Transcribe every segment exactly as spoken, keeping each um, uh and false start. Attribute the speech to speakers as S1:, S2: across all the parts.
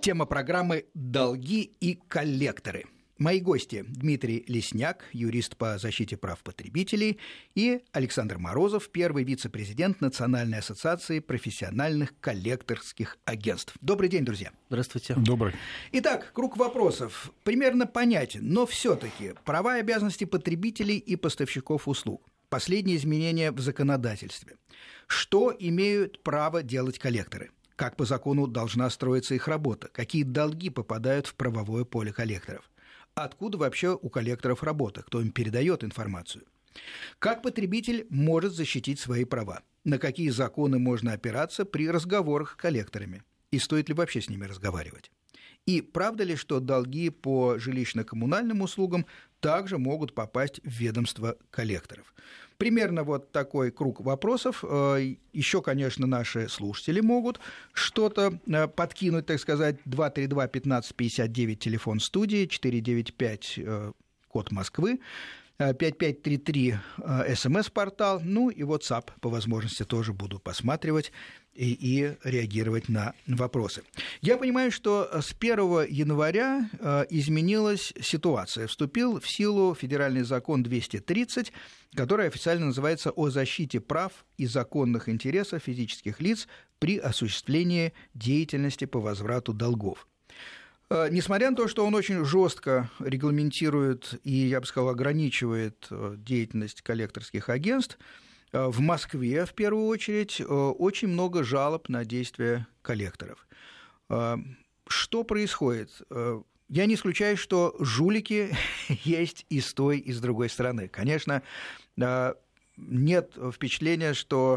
S1: Тема программы «Долги и коллекторы». Мои гости – Дмитрий Лесняк, юрист по защите прав потребителей, и Александр Морозов, первый вице-президент Национальной ассоциации профессиональных коллекторских агентств. Добрый день, друзья.
S2: Здравствуйте.
S3: Добрый.
S1: Итак, круг вопросов примерно понятен, но все-таки права и обязанности потребителей и поставщиков услуг. Последние изменения в законодательстве. Что имеют право делать коллекторы? Как по закону должна строиться их работа? Какие долги попадают в правовое поле коллекторов? Откуда вообще у коллекторов работа? Кто им передает информацию? Как потребитель может защитить свои права? На какие законы можно опираться при разговорах с коллекторами? И стоит ли вообще с ними разговаривать? И правда ли, что долги по жилищно-коммунальным услугам также могут попасть в ведомство коллекторов? Примерно вот такой круг вопросов. Еще, конечно, наши слушатели могут что-то подкинуть, так сказать. два три два пятнадцать пятьдесят девять, телефон студии, четыре девять пять, код Москвы, пять пять три три, смс-портал, ну и WhatsApp по возможности тоже буду посматривать и, и реагировать на вопросы. Я понимаю, что с первого января э, изменилась ситуация. Вступил в силу федеральный закон двести тридцать, который официально называется «О защите прав и законных интересов физических лиц при осуществлении деятельности по возврату долгов». Несмотря на то, что он очень жестко регламентирует и, я бы сказал, ограничивает деятельность коллекторских агентств, в Москве, в первую очередь, очень много жалоб на действия коллекторов. Что происходит? Я не исключаю, что жулики есть и с той, и с другой стороны. Конечно, нет впечатления, что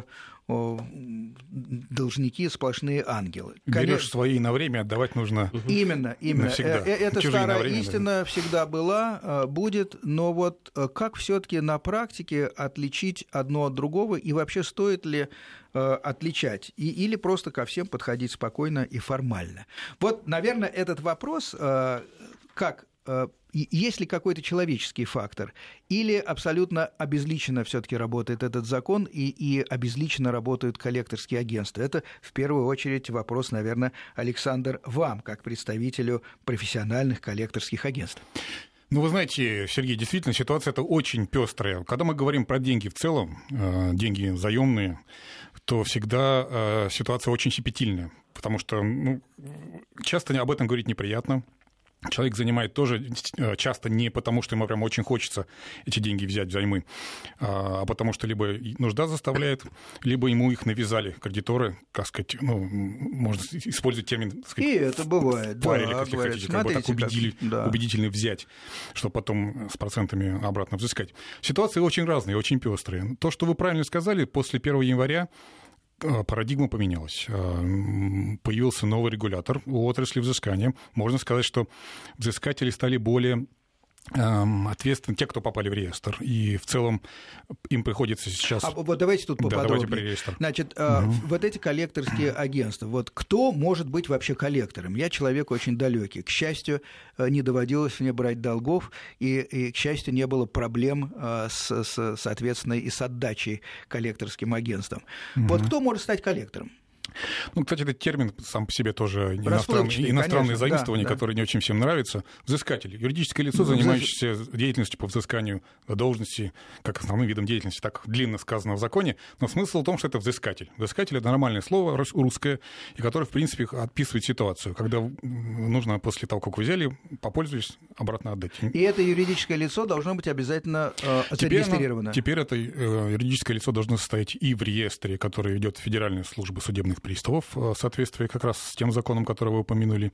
S1: должники сплошные ангелы.
S3: Берешь
S1: Конечно,
S3: свои на время, отдавать нужно.
S1: Именно, именно.
S3: Навсегда.
S1: Эта
S3: Чужие
S1: старая
S3: время,
S1: истина
S3: да.
S1: всегда была, будет, но вот как все-таки на практике отличить одно от другого, и вообще стоит ли отличать, и, или просто ко всем подходить спокойно и формально? Вот, наверное, этот вопрос, как есть ли какой-то человеческий фактор, или абсолютно обезличенно все-таки работает этот закон, и, и обезличенно работают коллекторские агентства? Это, в первую очередь, вопрос, наверное, Александр, вам, как представителю профессиональных коллекторских агентств.
S3: Ну, вы знаете, Сергей, действительно, ситуация эта очень пестрая. Когда мы говорим про деньги в целом, деньги заемные, то всегда ситуация очень щепетильная, потому что ну, часто об этом говорить неприятно. Человек занимает тоже часто не потому, что ему прям очень хочется эти деньги взять взаймы, а потому что либо нужда заставляет, либо ему их навязали кредиторы, как сказать, ну, можно использовать термин, так сказать,
S1: и это бывает,
S3: парили,
S1: да,
S3: если
S1: говорят,
S3: хотите, как бы так убедили,
S1: как, да.
S3: убедительно взять, чтобы потом с процентами обратно взыскать. Ситуации очень разные, очень пестрые. То, что вы правильно сказали, после первого января парадигма поменялась. Появился новый регулятор у отрасли взыскания. Можно сказать, что взыскатели стали более ответственны, те, кто попали в реестр. И в целом им приходится сейчас...
S1: А вот давайте тут поподробнее.
S3: Да, давайте про реестр.
S1: Значит,
S3: угу.
S1: вот эти коллекторские агентства, вот кто может быть вообще коллектором? Я человек очень далекий. К счастью, не доводилось мне брать долгов, и, и к счастью, не было проблем с, с, соответственно, и с отдачей коллекторским агентствам. Угу. Вот кто может стать коллектором?
S3: Ну, кстати, этот термин сам по себе тоже иностранное, иностранное заимствование, да, которое да. не очень всем нравится. Взыскатель. Юридическое лицо, занимающееся деятельностью по взысканию должности, как основным видом деятельности, так длинно сказано в законе. Но смысл в том, что это взыскатель. Взыскатель — это нормальное слово русское, и которое, в принципе, описывает ситуацию, когда нужно после того, как вы взяли, попользуясь, обратно отдать.
S1: И это юридическое лицо должно быть обязательно э, зарегистрировано.
S3: Теперь, теперь это э, юридическое лицо должно состоять и в реестре, который идет в Федеральную службу судебных приставов в соответствии как раз с тем законом, который вы упомянули.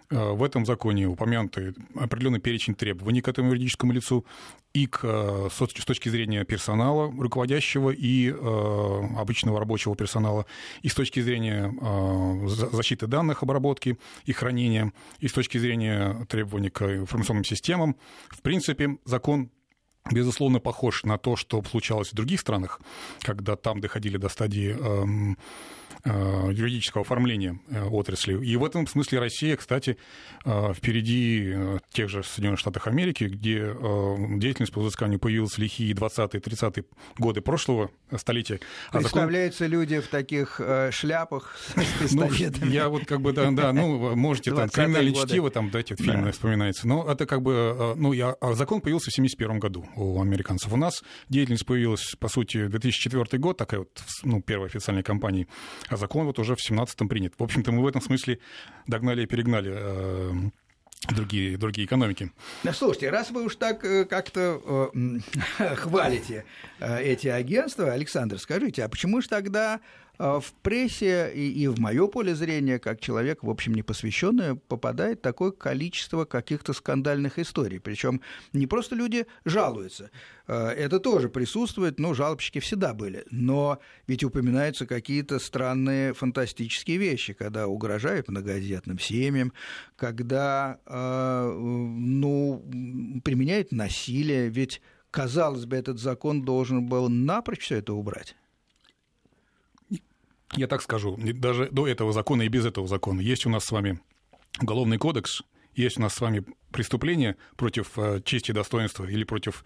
S3: В этом законе упомянуты определенный перечень требований к этому юридическому лицу и к, с точки зрения персонала руководящего и обычного рабочего персонала, и с точки зрения защиты данных, обработки и хранения, и с точки зрения требований к информационным системам. В принципе, закон безусловно похож на то, что случалось в других странах, когда там доходили до стадии юридического оформления отрасли. И в этом смысле Россия, кстати, впереди тех же Соединенных Штатов Америки, где деятельность по взысканию появилась в лихие двадцатые-тридцатые годы прошлого столетия. А
S1: Представляются закон... люди в таких э, шляпах с пистолетами.
S3: Ну, я вот как бы, да, да ну, можете, там, «Криминальное чтиво», там, да, эти фильмы да. вспоминается. Но это как бы, ну, я, а закон появился в семьдесят первом году у американцев. У нас деятельность появилась, по сути, две тысячи четвёртый год, такая вот, ну, первая официальная кампания, а закон вот уже в семнадцатом принят. В общем-то, мы в этом смысле догнали и перегнали э, другие, другие экономики.
S1: Ну, слушайте, раз вы уж так э, как-то э, хвалите э, эти агентства, Александр, скажите, а почему же тогда э, в прессе и, и в мое поле зрения, как человек, в общем, не посвященный, попадает такое количество каких-то скандальных историй? Причем не просто люди жалуются, э, это тоже присутствует, ну, жалобщики всегда были, но ведь упоминаются какие-то странные фантастические вещи, когда угрожают многодетным семьям, когда ну, применяет насилие, ведь, казалось бы, этот закон должен был напрочь все это убрать.
S3: Я так скажу, даже до этого закона и без этого закона есть у нас с вами Уголовный кодекс, есть у нас с вами преступление против чести и достоинства или против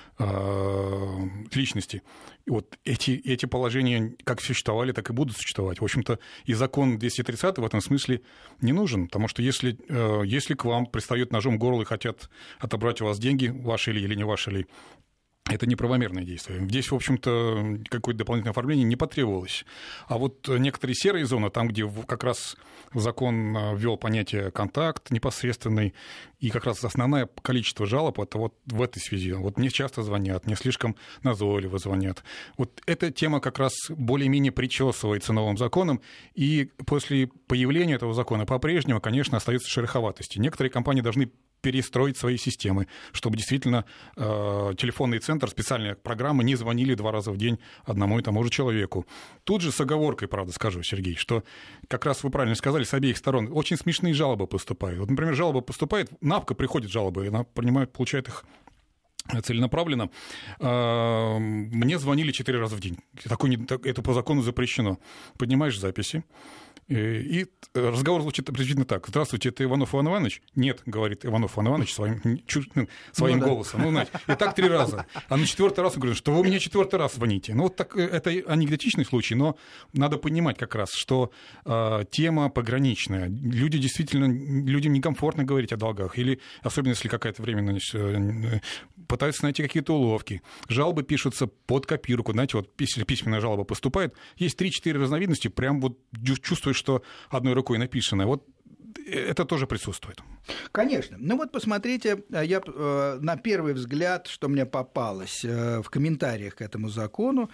S3: э, личности. И вот эти, эти положения как существовали, так и будут существовать. В общем-то, и закон двести тридцатый в этом смысле не нужен, потому что если, э, если к вам пристают ножом к горлу и хотят отобрать у вас деньги, ваши ли или не ваши ли, это неправомерное действие. Здесь, в общем-то, какое-то дополнительное оформление не потребовалось. А вот некоторые серые зоны, там, где как раз закон ввел понятие «контакт» непосредственный, и как раз основное количество жалоб, это вот в этой связи. Вот мне часто звонят, мне слишком назойливо звонят. Вот эта тема как раз более-менее причесывается новым законом, и после появления этого закона по-прежнему, конечно, остаются шероховатости. Некоторые компании должны перестроить свои системы, чтобы действительно э, телефонный центр, специальные программы не звонили два раза в день одному и тому же человеку. Тут же с оговоркой, правда, скажу, Сергей, что как раз вы правильно сказали, с обеих сторон очень смешные жалобы поступают. Вот, например, жалоба поступает, НАПКО приходит жалобы, она принимает, получает их целенаправленно. Мне звонили четыре раза в день. Это по закону запрещено. Поднимаешь записи, и разговор звучит приблизительно так. «Здравствуйте, это Иванов Иван Иванович?» «Нет», — говорит Иванов Иван Иванович своим, своим ну, голосом. Да. Ну, знаете, и так три раза. А на четвертый раз он говорит, что вы мне четвертый раз звоните. Ну, вот так, это анекдотичный случай, но надо понимать как раз, что э, тема пограничная. Люди действительно, людям некомфортно говорить о долгах. Или, особенно если какая-то временная, э, пытаются найти какие-то уловки. Жалобы пишутся под копирку. Знаете, вот если письменная жалоба поступает, есть три-четыре разновидности, прям вот чувствуешь, что одной рукой написано. Вот это тоже присутствует.
S1: Конечно. Ну вот посмотрите, я, на первый взгляд, что мне попалось в комментариях к этому закону,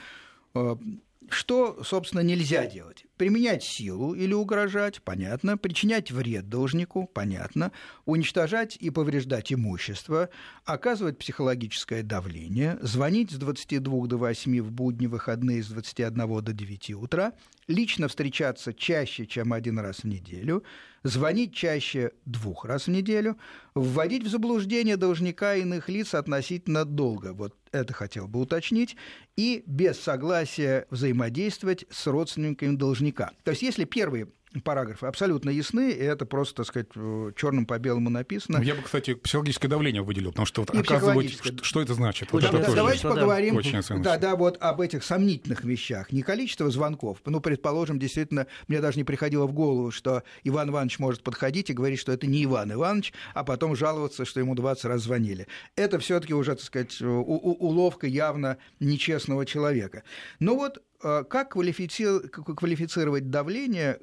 S1: что, собственно, нельзя делать. Применять силу или угрожать, понятно. Причинять вред должнику, понятно. Уничтожать и повреждать имущество. Оказывать психологическое давление. Звонить с двадцати двух до восьми в будни, выходные с двадцати одного до девяти утра. Лично встречаться чаще, чем один раз в неделю. Звонить чаще двух раз в неделю. Вводить в заблуждение должника и иных лиц относительно долго. Вот это хотел бы уточнить. И без согласия взаимодействовать с родственниками должника. То есть, если первые параграфы абсолютно ясны, и это просто, так сказать, черным по белому написано.
S3: Я бы, кстати, психологическое давление выделил, потому что вот оказывать, что, что это значит. Вот
S1: да,
S3: это
S1: да,
S3: тоже
S1: давайте
S3: да.
S1: поговорим да, да, вот об этих сомнительных вещах. Не количество звонков. Ну, предположим, действительно, мне даже не приходило в голову, что Иван Иванович может подходить и говорить, что это не Иван Иванович, а потом жаловаться, что ему двадцать раз звонили. Это все-таки уже, так сказать, уловка явно нечестного человека. Но вот как квалифицировать давление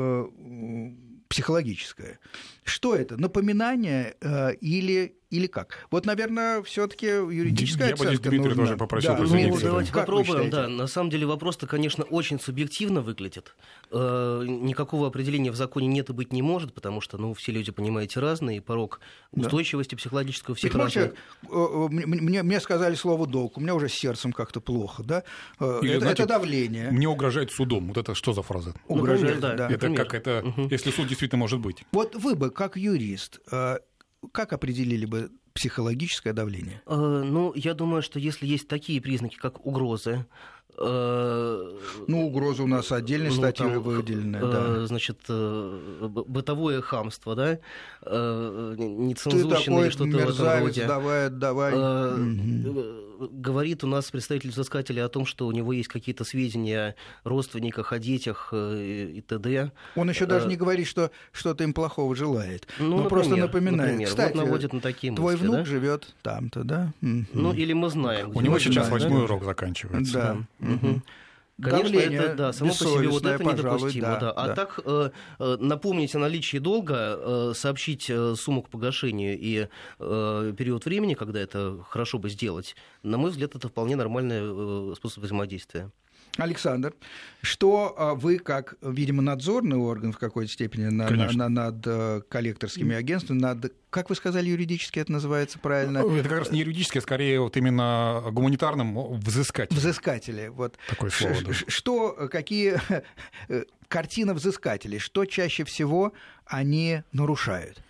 S1: психологическое? Что это? Напоминание или, или как? Вот, наверное, все-таки юридическая
S3: Я
S1: оценка
S3: Дмитрий
S1: нужна.
S3: тоже попросил.
S2: Да. Ну, давайте как попробуем. Да, на самом деле вопрос-то, конечно, очень субъективно выглядит. Э, никакого определения в законе нет и быть не может, потому что, ну, все люди, понимаете, разные, и порог устойчивости да. психологического всех разный.
S1: Мне, мне сказали слово «долг», у меня уже с сердцем как-то плохо, да? Или, это, знаете, это давление.
S3: Мне угрожает судом. Вот это что за фраза?
S1: Угрожает,
S2: например, да.
S3: Это
S2: например.
S3: как это, угу. если суд действительно может быть.
S1: Вот вы бы, как юрист, как определили бы психологическое давление?
S2: Э, ну, я думаю, что если есть такие признаки, как угрозы,
S1: Ну, угроза у нас отдельной ну, статьей выделена. Да.
S2: Значит, бытовое хамство, да? Нецензурщина или что-то в этом роде.
S1: Давай, давай.
S2: Угу. Говорит у нас представитель взыскателя о том, что у него есть какие-то сведения о родственниках, о детях и т.д.
S1: Он еще даже не говорит, что что-то им плохого желает.
S2: Ну,
S1: но просто напоминает.
S2: Например,
S1: кстати,
S2: вот наводит на такие
S1: твой
S2: мысли,
S1: внук
S2: да?
S1: живет там-то, да?
S2: Ну, или мы знаем.
S3: У него сейчас
S1: знаем,
S3: восьмой
S1: да?
S3: урок заканчивается.
S1: Да.
S2: Угу. Конечно,
S1: Давление
S2: это да, само по себе вот это
S1: пожалуй,
S2: недопустимо.
S1: да,
S2: Да. А
S1: да.
S2: так э, напомнить о наличии долга, э, сообщить сумму к погашению и э, период времени, когда это хорошо бы сделать, на мой взгляд, это вполне нормальный э, способ взаимодействия.
S1: Александр, что вы, как, видимо, надзорный орган в какой-то степени на, на, над коллекторскими агентствами, над, как вы сказали, юридически это называется правильно?
S3: Это как раз не юридически, а скорее вот именно гуманитарным взыскателем.
S1: Взыскатели. Вот.
S3: Такое слово, да.
S1: Что, какие картины взыскателей, что чаще всего они нарушают?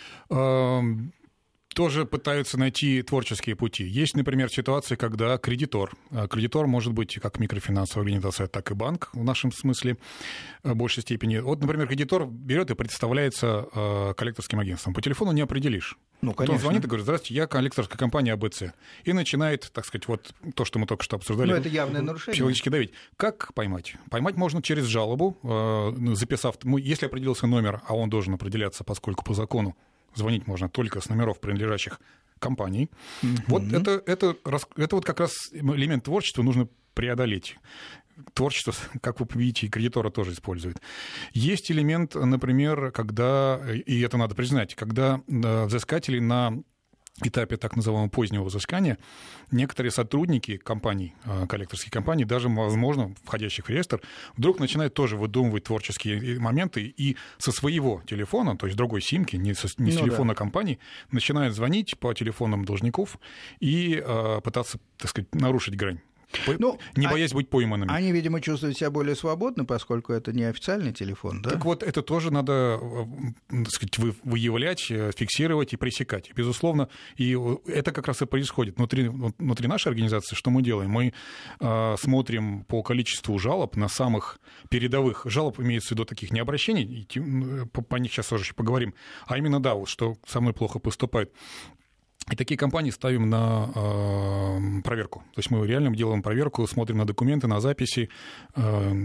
S3: Тоже пытаются найти творческие пути. Есть, например, ситуации, когда кредитор, кредитор может быть как микрофинансовая организация, так и банк в нашем смысле в большей степени. Вот, например, кредитор берет и представляется коллекторским агентством. По телефону не определишь.
S1: Ну,
S3: вот он звонит и говорит: здравствуйте, я коллекторская компания а бэ цэ. И начинает, так сказать, вот то, что мы только что обсуждали.
S1: Ну, это явное нарушение.
S3: Психологически давить. Как поймать? Поймать можно через жалобу, записав, если определился номер, а он должен определяться, поскольку по закону звонить можно только с номеров принадлежащих компаний. Mm-hmm. Вот это, это, это вот как раз элемент творчества нужно преодолеть. Творчество, как вы видите, и кредитора тоже использует. Есть элемент, например, когда, и это надо признать, когда взыскатели на этапе так называемого позднего взыскания некоторые сотрудники компаний, коллекторских компаний, даже, возможно, входящих в реестр, вдруг начинают тоже выдумывать творческие моменты и со своего телефона, то есть другой симки, не, со, не с ну, телефона да. компании, начинают звонить по телефонам должников и э, пытаться, так сказать, нарушить грань. Ну, не боясь
S1: они,
S3: быть пойманными.
S1: Они, видимо, чувствуют себя более свободно, поскольку это не официальный телефон, да?
S3: Так вот, это тоже надо, так сказать, выявлять, фиксировать и пресекать. Безусловно, и это как раз и происходит. Внутри, внутри нашей организации что мы делаем? Мы э, смотрим по количеству жалоб на самых передовых. Жалоб имеется в виду таких не обращений, по, по них сейчас тоже еще поговорим, а именно, да, вот, что со мной плохо поступает. И такие компании ставим на э, проверку. То есть мы реально делаем проверку, смотрим на документы, на записи, э,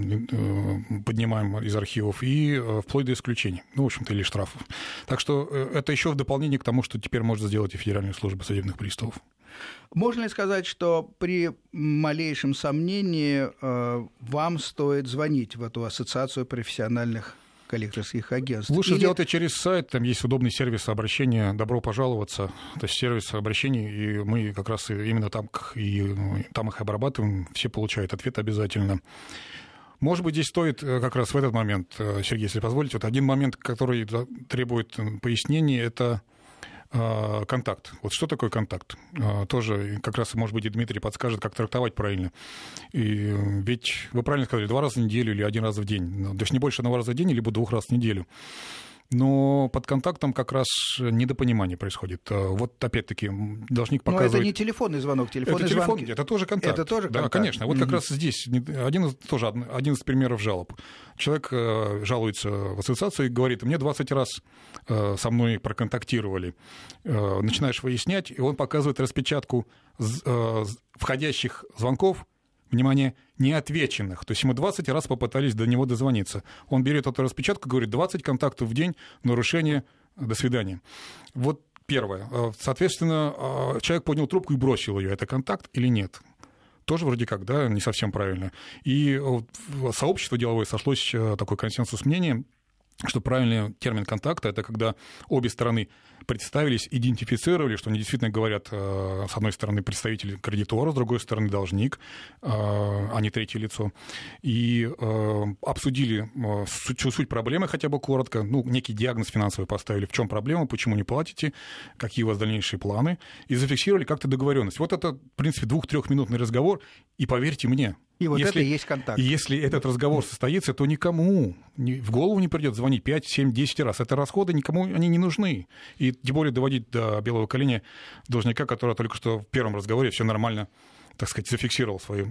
S3: э, поднимаем из архивов и э, вплоть до исключений, ну, в общем-то, или штрафов. Так что э, это еще в дополнение к тому, что теперь может сделать и Федеральная служба судебных приставов.
S1: Можно ли сказать, что при малейшем сомнении э, вам стоит звонить в эту ассоциацию профессиональных коллекторских агентств?
S3: Лучше
S1: Или...
S3: сделать это через сайт, там есть удобный сервис обращения, добро пожаловаться, то есть сервис обращений, и мы как раз именно там, и, там их обрабатываем, все получают ответ обязательно. Может быть, здесь стоит как раз в этот момент, Сергей, если позволите, вот один момент, который требует пояснения, это контакт. Вот что такое контакт? Тоже как раз, может быть, и Дмитрий подскажет, как трактовать правильно. И ведь вы правильно сказали, два раза в неделю или один раз в день. То есть не больше одного раза в день, либо двух раз в неделю. Но под контактом как раз недопонимание происходит. Вот опять-таки должник показывает...
S1: Но это не телефонный звонок, телефонный
S3: это
S1: звонок.
S3: Телефон, это тоже контакт.
S1: Это тоже контакт.
S3: Да, конечно. Вот mm-hmm. как раз здесь один из, тоже один из примеров жалоб. Человек жалуется в ассоциацию и говорит: мне двадцать раз со мной проконтактировали. Начинаешь выяснять, и он показывает распечатку входящих звонков, внимание, неотвеченных. То есть мы двадцать раз попытались до него дозвониться. Он берет эту распечатку и говорит: двадцать контактов в день, нарушение, до свидания. Вот первое. Соответственно, человек поднял трубку и бросил ее. Это контакт или нет? Тоже вроде как, да, не совсем правильно. И сообщество деловое сошлось такой консенсус мнения, что правильный термин контакта — это когда обе стороны представились, идентифицировали, что они действительно говорят, с одной стороны, представитель кредитора, с другой стороны, должник, а не третье лицо, и обсудили суть проблемы хотя бы коротко, ну, некий диагноз финансовый поставили, в чем проблема, почему не платите, какие у вас дальнейшие планы, и зафиксировали как-то договоренность. Вот это, в принципе, двух-трехминутный разговор, и поверьте мне,
S1: и вот
S3: если,
S1: это и есть контакт.
S3: Если этот разговор состоится, то никому в голову не придет звонить пять, семь, десять раз. Это расходы, никому они не нужны. И тем более доводить до белого коленя должника, который только что в первом разговоре все нормально, так сказать, зафиксировал свою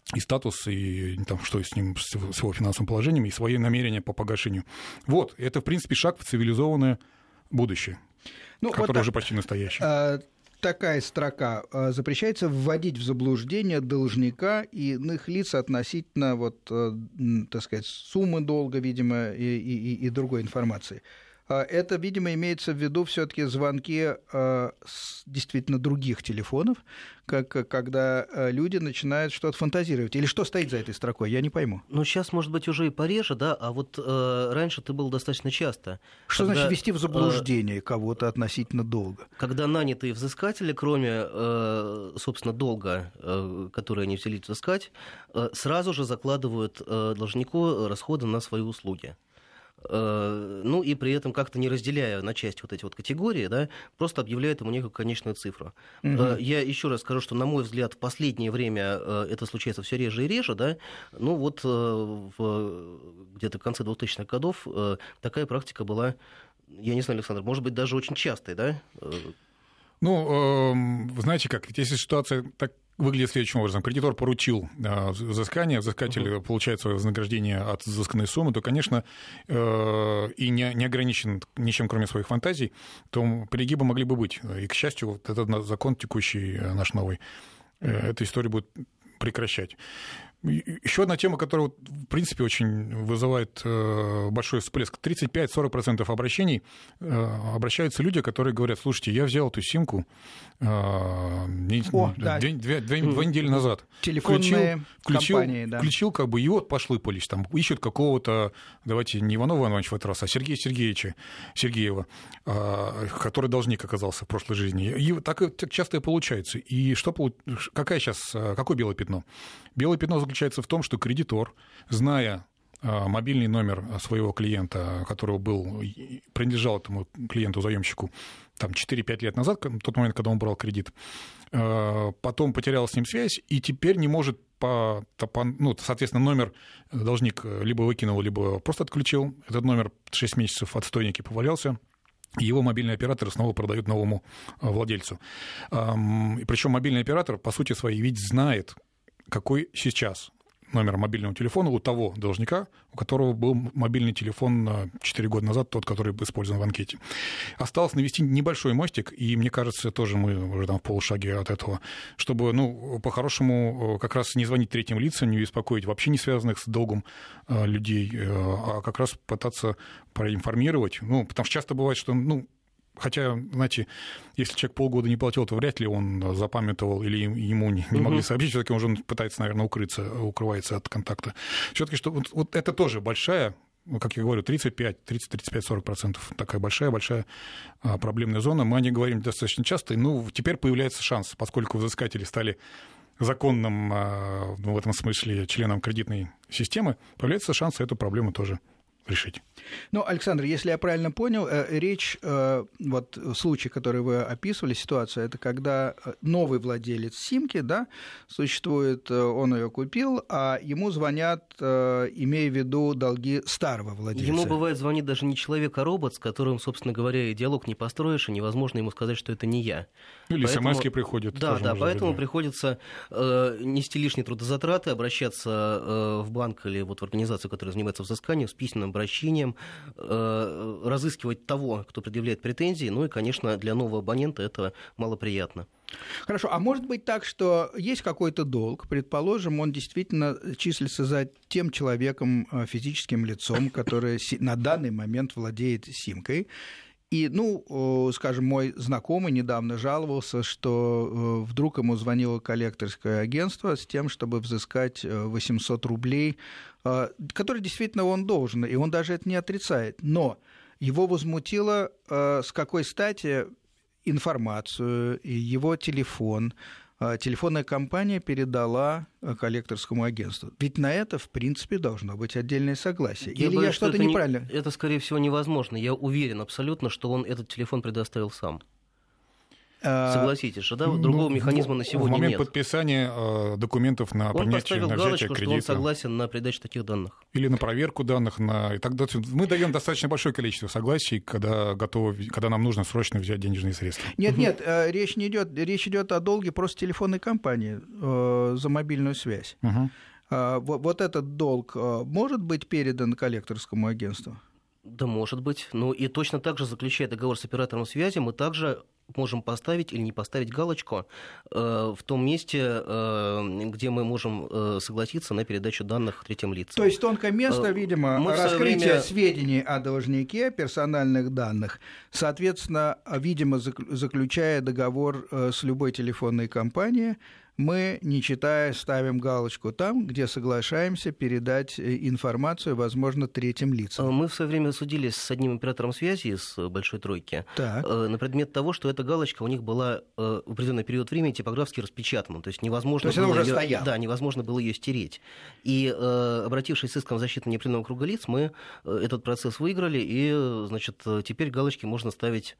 S3: и статус, и там, что с ним, с его финансовым положением, и свои намерения по погашению. Вот, это, в принципе, шаг в цивилизованное будущее, ну, которое вот уже почти настоящее.
S1: А, такая строка. Запрещается вводить в заблуждение должника и иных лиц относительно, вот, так сказать, суммы долга, видимо, и, и, и другой информации. Это, видимо, имеется в виду все-таки звонки с действительно других телефонов, как, когда люди начинают что-то фантазировать. Или что стоит за этой строкой, я не пойму.
S2: Ну, сейчас, может быть, уже и пореже, да, а вот э, раньше это было достаточно часто.
S1: Что когда, значит ввести в заблуждение э, кого-то относительно долга?
S2: Когда нанятые взыскатели, кроме, э, собственно, долга, э, который они взялись взыскать, э, сразу же закладывают э, должнику расходы на свои услуги. Ну и при этом как-то не разделяя на части вот эти вот категории, да, просто объявляют ему некую конечную цифру. Угу. Я еще раз скажу, что, на мой взгляд, в последнее время это случается все реже и реже, да, ну вот в, где-то в конце двухтысячных годов такая практика была, я не знаю, Александр, может быть, даже очень частой, да?
S3: Ну, вы знаете как, если ситуация так выглядит следующим образом. Кредитор поручил э, взыскание, взыскатель uh-huh. получает свое вознаграждение от взысканной суммы, то, конечно, э, и не, не ограничен ничем, кроме своих фантазий, то перегибы могли бы быть. И, к счастью, вот этот закон текущий, наш новый, э, эту историю будет прекращать. Еще одна тема, которая, в принципе, очень вызывает большой всплеск. тридцать пять - сорок процентов обращений обращаются люди, которые говорят: слушайте, я взял эту симку О, да. две, две, две, две недели назад.
S1: Телефонные
S3: включил,
S1: компании, да.
S3: Включил, как бы, и вот пошло полечь. Там ищут какого-то, давайте не Иванова Ивановича в этот раз, а Сергея Сергеевича Сергеева, который должник оказался в прошлой жизни. И так, так часто и получается. И что, какая сейчас, какое белое пятно? Белое пятно заключается в том, что кредитор, зная мобильный номер своего клиента, которого был, принадлежал этому клиенту-заемщику там, четыре-пять лет назад, в тот момент, когда он брал кредит, потом потерял с ним связь и теперь не может, по, по, ну, соответственно, номер должник либо выкинул, либо просто отключил. Этот номер шесть месяцев в отстойнике повалялся. Его мобильный оператор снова продают новому владельцу. И причем мобильный оператор, по сути своей, ведь знает, какой сейчас номер мобильного телефона у того должника, у которого был мобильный телефон четыре года назад, тот, который использован в анкете. Осталось навести небольшой мостик, и мне кажется, тоже мы уже там в полушаге от этого, чтобы, ну, по-хорошему как раз не звонить третьим лицам, не беспокоить вообще не связанных с долгом людей, а как раз пытаться проинформировать. Ну, потому что часто бывает, что, ну, хотя, знаете, если человек полгода не платил, то вряд ли он запамятовал или ему не могли сообщить, все-таки он уже пытается, наверное, укрыться, укрывается от контакта. Все-таки что вот, вот это тоже большая, как я говорю, тридцать пять, тридцать, тридцать пять - сорок процентов такая большая-большая проблемная зона. Мы о ней говорим достаточно часто, и, ну, теперь появляется шанс, поскольку взыскатели стали законным, ну, в этом смысле, членом кредитной системы, появляется шанс эту проблему тоже решить.
S1: Ну, Александр, если я правильно понял, речь, вот случай, который вы описывали, ситуация, это когда новый владелец симки, да, существует, он ее купил, а ему звонят, имея в виду долги старого владельца.
S2: Ему, бывает, звонит даже не человек, а робот, с которым, собственно говоря, и диалог не построишь, и невозможно ему сказать, что это не я.
S3: Или смс-ки приходят.
S2: Да, да, поэтому быть, да. приходится э, нести лишние трудозатраты, обращаться э, в банк или вот в организацию, которая занимается взысканием, с письменным обращением, э, разыскивать того, кто предъявляет претензии, ну и, конечно, для нового абонента это малоприятно.
S1: Хорошо, а может быть так, что есть какой-то долг, предположим, он действительно числится за тем человеком, физическим лицом, который на данный момент владеет симкой. И, ну, скажем, мой знакомый недавно жаловался, что вдруг ему звонило коллекторское агентство с тем, чтобы взыскать восемьсот рублей, которые действительно он должен, и он даже это не отрицает. Но его возмутило, с какой стати информацию, его телефон, телефонная компания передала коллекторскому агентству. Ведь на это, в принципе, должно быть отдельное согласие. Я Или боюсь, я что-то
S2: что
S1: неправильно?
S2: Не, это, скорее всего, невозможно. Я уверен абсолютно, что он этот телефон предоставил сам. Согласитесь же, да? Другого ну, механизма на сегодня нет.
S3: В момент
S2: нет.
S3: подписания э, документов на
S2: он
S3: принятие, на взятие
S2: галочку,
S3: кредита.
S2: Что он согласен на передачу таких данных.
S3: Или на проверку данных. На... И тогда мы даем достаточно большое количество согласий, когда, готовы, когда нам нужно срочно взять денежные средства.
S1: Нет, угу. нет, речь не идет. Речь идет о долге просто телефонной компании э, за мобильную связь. Угу. Э, вот, вот этот долг э, может быть передан коллекторскому агентству?
S2: Да, может быть. Ну и точно так же, заключая договор с оператором связи, мы также можем поставить или не поставить галочку э, в том месте, э, где мы можем э, согласиться на передачу данных третьим лицам.
S1: То есть тонкое место, э, видимо, раскрытие время... сведений о должнике, персональных данных, соответственно, видимо, заключая договор э, с любой телефонной компанией, мы, не читая, ставим галочку там, где соглашаемся передать информацию, возможно, третьим лицам.
S2: Мы в свое время судились с одним оператором связи из «Большой тройки» так. на предмет того, что эта галочка у них была в определенный период времени типографски распечатана. То есть невозможно,
S1: то есть
S2: было,
S1: уже
S2: ее, да, невозможно было ее стереть. И, обратившись с иском защиты неопределенного круга лиц, мы этот процесс выиграли, и, значит, теперь галочки можно ставить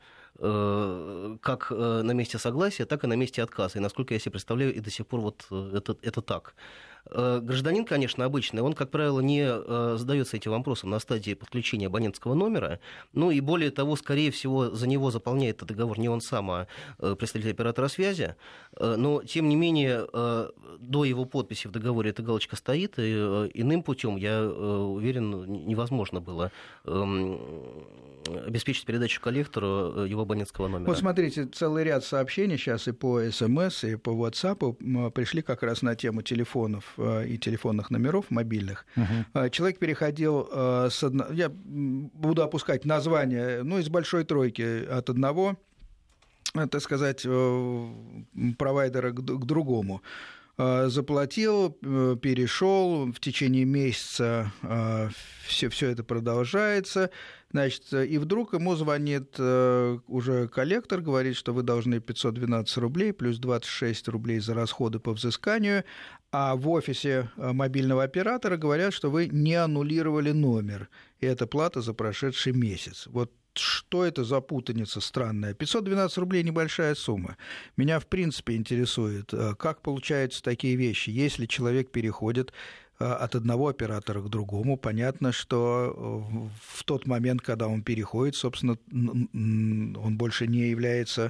S2: как на месте согласия, так и на месте отказа. И, насколько я себе представляю, и до сих пор вот это, это так. Гражданин, конечно, обычный, он, как правило, не задается этим вопросом на стадии подключения абонентского номера, ну и более того, скорее всего, за него заполняет этот договор не он сам, а представитель оператора связи, но, тем не менее, до его подписи в договоре эта галочка стоит, и иным путем, я уверен, невозможно было обеспечить передачу коллектору его абонентского номера.
S1: Вот смотрите, целый ряд сообщений сейчас и по СМС, и по WhatsApp пришли как раз на тему телефонов и телефонных номеров мобильных. Uh-huh. Человек переходил с одного... Я буду опускать название, ну, из большой тройки от одного, так сказать, провайдера к другому. Заплатил, перешел, в течение месяца все, все это продолжается, значит, и вдруг ему звонит уже коллектор, говорит, что вы должны пятьсот двенадцать рублей плюс двадцать шесть рублей за расходы по взысканию, а в офисе мобильного оператора говорят, что вы не аннулировали номер, и это плата за прошедший месяц. Вот что это за путаница странная? пятьсот двенадцать рублей – небольшая сумма. Меня, в принципе, интересует, как получаются такие вещи. Если человек переходит от одного оператора к другому, понятно, что в тот момент, когда он переходит, собственно, он больше не является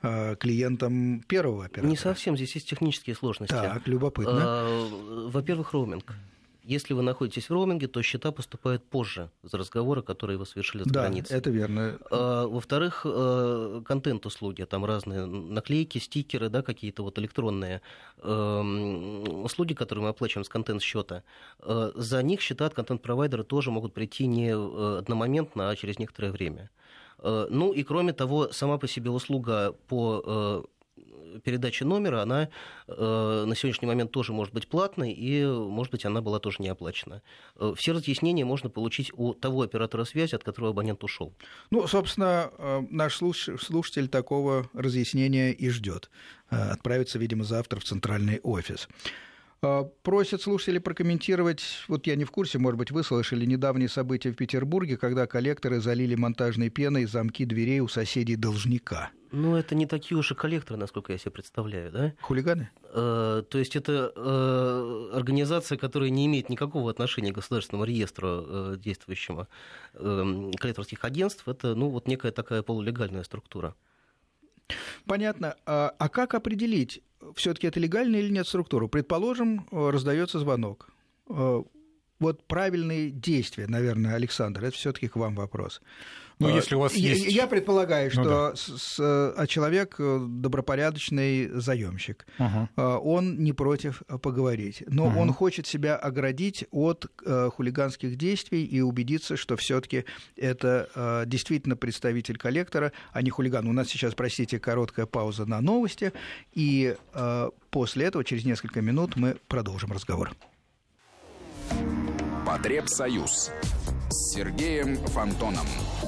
S1: клиентом первого оператора.
S2: Не совсем, здесь есть технические сложности.
S1: Так, любопытно.
S2: Во-первых, роуминг. Если вы находитесь в роуминге, то счета поступают позже за разговоры, которые вы совершили за
S1: да,
S2: границей.
S1: Да, это верно.
S2: А, во-вторых, контент-услуги, там разные наклейки, стикеры, да, какие-то вот электронные э, услуги, которые мы оплачиваем с контент-счета. Э, за них счета от контент-провайдера тоже могут прийти не одномоментно, а через некоторое время. Э, ну и кроме того, сама по себе услуга по... Э, передача номера, она э, на сегодняшний момент тоже может быть платной, и, может быть, она была тоже не оплачена. Э, все разъяснения можно получить у того оператора связи, от которого абонент ушел.
S1: Ну, собственно, э, наш слушатель такого разъяснения и ждет. Э, отправится, видимо, завтра в центральный офис. Э, просят слушатели прокомментировать, вот я не в курсе, может быть, вы слышали недавние события в Петербурге, когда коллекторы залили монтажной пеной замки дверей у соседей должника.
S2: Ну, это не такие уж и коллекторы, насколько я себе представляю, да?
S1: Хулиганы?
S2: Э, то есть это э, организация, которая не имеет никакого отношения к государственному реестру э, действующего э, коллекторских агентств. Это, ну, вот некая такая полулегальная структура.
S1: Понятно. А, а как определить, все-таки это легальная или нет структура? Предположим, раздается звонок. Вот правильные действия, наверное, Александр, это все-таки к вам вопрос.
S3: Ну, если у вас
S1: я,
S3: есть...
S1: я предполагаю, что
S3: ну, да.
S1: с, с, а человек добропорядочный заемщик, uh-huh. он не против поговорить, но uh-huh. он хочет себя оградить от uh, хулиганских действий и убедиться, что все-таки это uh, действительно представитель коллектора, а не хулиган. У нас сейчас, простите, короткая пауза на новости, и uh, после этого, через несколько минут, мы продолжим разговор.
S4: Потребсоюз с Сергеем Фонтоном.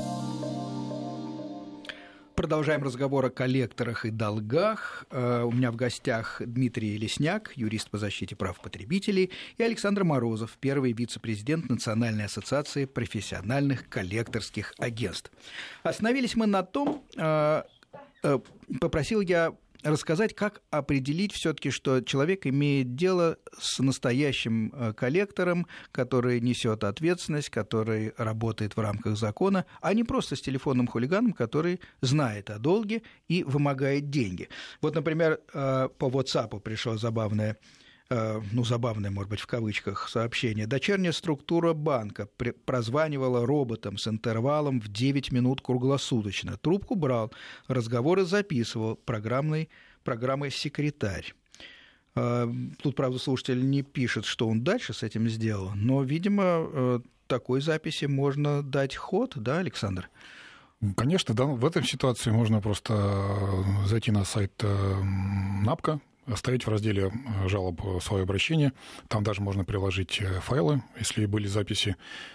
S1: Продолжаем разговор о коллекторах и долгах. У меня в гостях Дмитрий Лесняк, юрист по защите прав потребителей, и Александр Морозов, первый вице-президент Национальной ассоциации профессиональных коллекторских агентств. Остановились мы на том, Попросил я рассказать, как определить все-таки, что человек имеет дело с настоящим коллектором, который несет ответственность, который работает в рамках закона, а не просто с телефонным хулиганом, который знает о долге и вымогает деньги. Вот, например, по WhatsApp пришло забавное, ну, забавное, может быть, в кавычках, сообщение. Дочерняя структура банка прозванивала роботом с интервалом в девять минут круглосуточно. Трубку брал, разговоры записывал программной, программой «Секретарь». Тут, правда, слушатель не пишет, что он дальше с этим сделал, но, видимо, такой записи можно дать ход, да, Александр?
S3: Конечно, да. В этой ситуации можно просто зайти на сайт НАПКО, оставить в разделе жалоб свое обращение. Там даже можно приложить файлы, если были записи.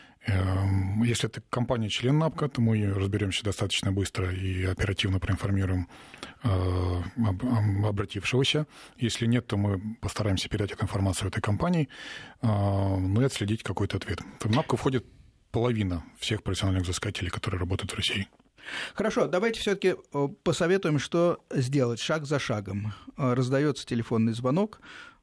S3: Если это компания-член НАПКО, то мы разберемся достаточно быстро и оперативно проинформируем обратившегося. Если нет, то мы постараемся передать эту информацию этой компании, ну и отследить какой-то ответ. В НАПКО входит половина всех профессиональных взыскателей, которые работают в России.
S1: Хорошо, давайте все-таки посоветуем, что сделать шаг за шагом. Раздается телефонный звонок,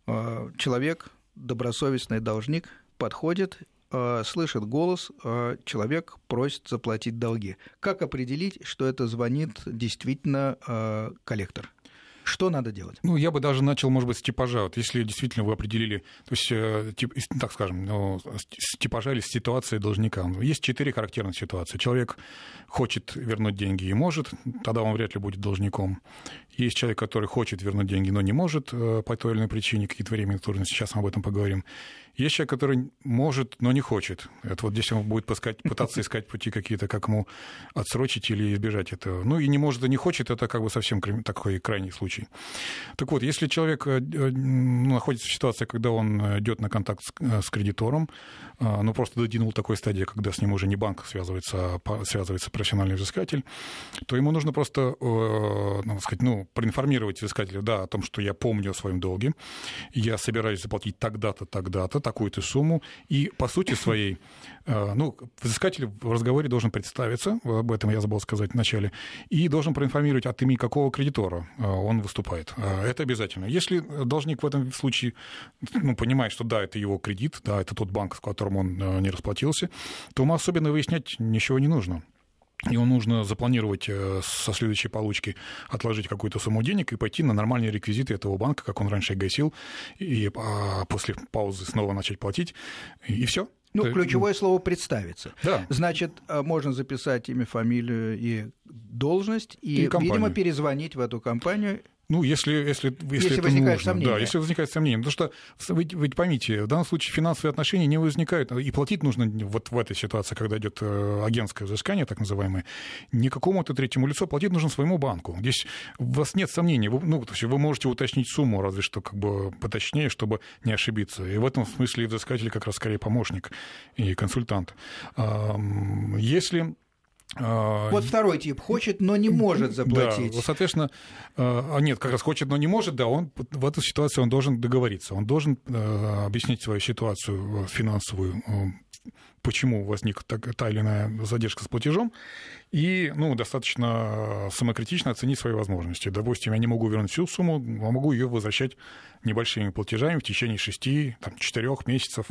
S1: человек, добросовестный должник, подходит, слышит голос, человек просит заплатить долги. Как определить, что это звонит действительно коллектор? Что надо делать?
S3: Ну, я бы даже начал, может быть, с типажа. Вот если действительно вы определили, то есть, тип, так скажем, ну, с типажа или с ситуации должника. Есть четыре характерных ситуации. Человек хочет вернуть деньги и может, тогда он вряд ли будет должником. Есть человек, который хочет вернуть деньги, но не может по той или иной причине, какие-то временные трудности. Сейчас мы об этом поговорим. Есть человек, который может, но не хочет. Это вот здесь он будет поискать, пытаться искать пути какие-то, как ему отсрочить или избежать этого. Ну и не может и не хочет, это как бы совсем такой крайний случай. Так вот, если человек находится в ситуации, когда он идет на контакт с кредитором, ну просто дотянул такой стадии, когда с ним уже не банк связывается, а связывается профессиональный взыскатель, то ему нужно просто, ну, сказать, ну, проинформировать взыскателя, да, о том, что я помню о своем долге, я собираюсь заплатить тогда-то, тогда-то, такую-то сумму, и по сути своей, ну, взыскатель в разговоре должен представиться, об этом я забыл сказать в начале, и должен проинформировать, от имени какого кредитора он выступает. Это обязательно. Если должник в этом случае, ну, понимает, что да, это его кредит, да, это тот банк, в котором он не расплатился, то ему особенно выяснять ничего не нужно. Его нужно запланировать со следующей получки, отложить какую-то сумму денег и пойти на нормальные реквизиты этого банка, как он раньше и гасил, и после паузы снова начать платить, и все.
S1: Ну, ключевое слово «представиться».
S3: Да.
S1: Значит, можно записать имя, фамилию и должность, и, и видимо, перезвонить в эту компанию.
S3: Ну, если, если, если,
S1: если
S3: это
S1: возникает
S3: нужно,
S1: сомнение.
S3: Да, если возникает сомнение. Потому что, вы, вы поймите, в данном случае финансовые отношения не возникают, и платить нужно вот в этой ситуации, когда идет агентское взыскание, так называемое, не какому-то третьему лицу, платить нужно своему банку. Здесь у вас нет сомнений. Вы, ну, то есть вы можете уточнить сумму, разве что как бы поточнее, чтобы не ошибиться. И в этом смысле взыскатель как раз скорее помощник и консультант. Если...
S1: Вот второй тип хочет, но не может заплатить.
S3: Да, соответственно, нет, как раз хочет, но не может, да, он в этой ситуации он должен договориться, он должен объяснить свою ситуацию финансовую, почему возникла та или иная задержка с платежом, и, ну, достаточно самокритично оценить свои возможности. Допустим, я не могу вернуть всю сумму, а могу ее возвращать небольшими платежами в течение шести-четырех месяцев,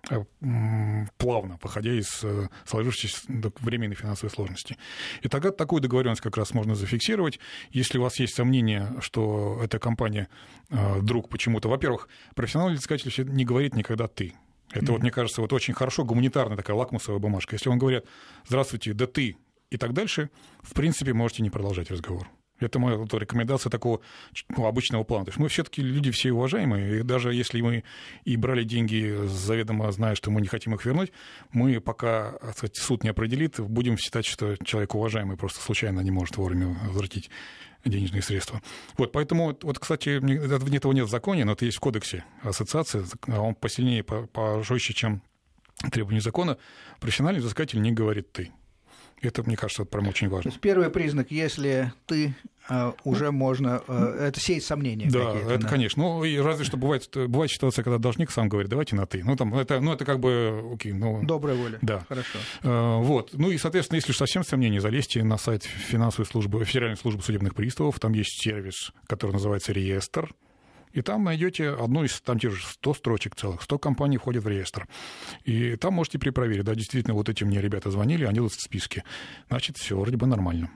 S3: плавно, походя из сложившейся временной финансовой сложности. И тогда такую договоренность как раз можно зафиксировать. Если у вас есть сомнение, что эта компания вдруг почему-то... Во-первых, профессиональный взыскатель не говорит никогда «ты». Это, mm-hmm. вот, мне кажется, вот очень хорошо, гуманитарная такая лакмусовая бумажка. Если вам говорят «здравствуйте, да ты» и так дальше, в принципе, можете не продолжать разговор. Это моя вот рекомендация такого, ну, обычного плана. То есть мы все-таки люди все уважаемые, и даже если мы и брали деньги заведомо, зная, что мы не хотим их вернуть, мы пока, так сказать, суд не определит, будем считать, что человек уважаемый просто случайно не может вовремя возвратить денежные средства. Вот, поэтому, вот, кстати, этого нет в законе, но это есть в кодексе ассоциации, он посильнее, пожестче, чем требования закона. Профессиональный взыскатель не говорит «ты». Это, мне кажется, это прям очень важно.
S1: Первый признак, если ты уже можно... Это сеять сомнения.
S3: Да, это,
S1: да?
S3: конечно. Ну, и разве что бывает, бывает ситуация, когда должник сам говорит, давайте на «ты». Ну, там, это, ну, это как бы... Окей, ну,
S1: добрая воля.
S3: Да.
S1: Хорошо.
S3: Вот. Ну, и, соответственно, если совсем сомнения, залезьте на сайт финансовой службы, Федеральной службы судебных приставов. Там есть сервис, который называется «Реестр». И там найдете одну из, там те же сто строчек целых, сто компаний входят в реестр. И там можете перепроверить, да, действительно, вот эти мне ребята звонили, они вот в списке. Значит, все вроде бы нормально.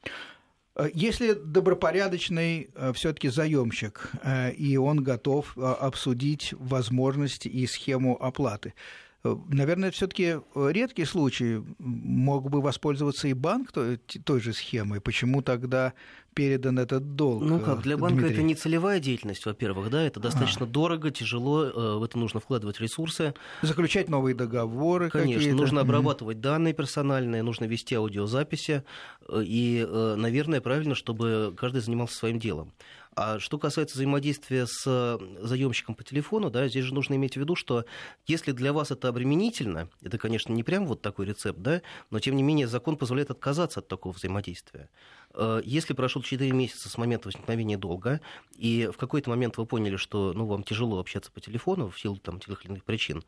S1: Если добропорядочный все-таки заемщик, и он готов обсудить возможность и схему оплаты, наверное, все-таки редкий случай, мог бы воспользоваться и банк той, той же схемой. Почему тогда передан этот долг?
S2: Ну как, для банка
S1: Дмитрий?
S2: это не целевая деятельность, во-первых, да, это достаточно а. дорого, тяжело, в это нужно вкладывать ресурсы.
S1: Заключать новые договоры.
S2: Конечно,
S1: какие-то.
S2: Нужно обрабатывать данные персональные, нужно вести аудиозаписи, и, наверное, правильно, чтобы каждый занимался своим делом. А что касается взаимодействия с заемщиком по телефону, да, здесь же нужно иметь в виду, что если для вас это обременительно, это, конечно, не прям вот такой рецепт, да, но, тем не менее, закон позволяет отказаться от такого взаимодействия. Если прошло четыре месяца с момента возникновения долга, и в какой-то момент вы поняли, что ну, вам тяжело общаться по телефону в силу там, тех или иных причин,